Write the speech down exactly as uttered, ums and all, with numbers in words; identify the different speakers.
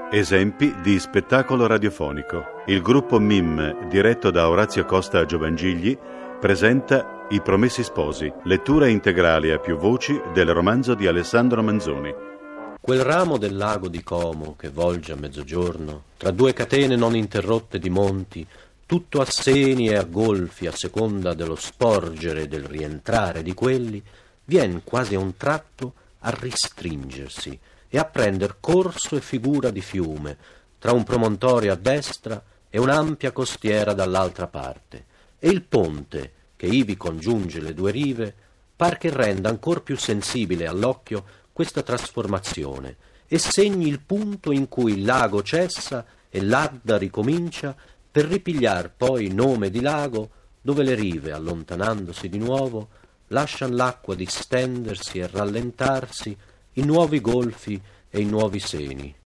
Speaker 1: Esempi di spettacolo radiofonico. Il gruppo M I M, diretto da Orazio Costa Giovangigli, presenta I Promessi Sposi, lettura integrale a più voci del romanzo di Alessandro Manzoni.
Speaker 2: Quel ramo del lago di Como che volge a mezzogiorno, tra due catene non interrotte di monti, tutto a seni e a golfi a seconda dello sporgere e del rientrare di quelli, vien quasi a un tratto a ristringersi e a prender corso e figura di fiume, tra un promontorio a destra e un'ampia costiera dall'altra parte, e il ponte, che ivi congiunge le due rive, par che renda ancor più sensibile all'occhio questa trasformazione e segni il punto in cui il lago cessa e l'Adda ricomincia per ripigliar poi nome di lago, dove le rive, allontanandosi di nuovo, lascian l'acqua distendersi e rallentarsi in nuovi golfi e in nuovi seni.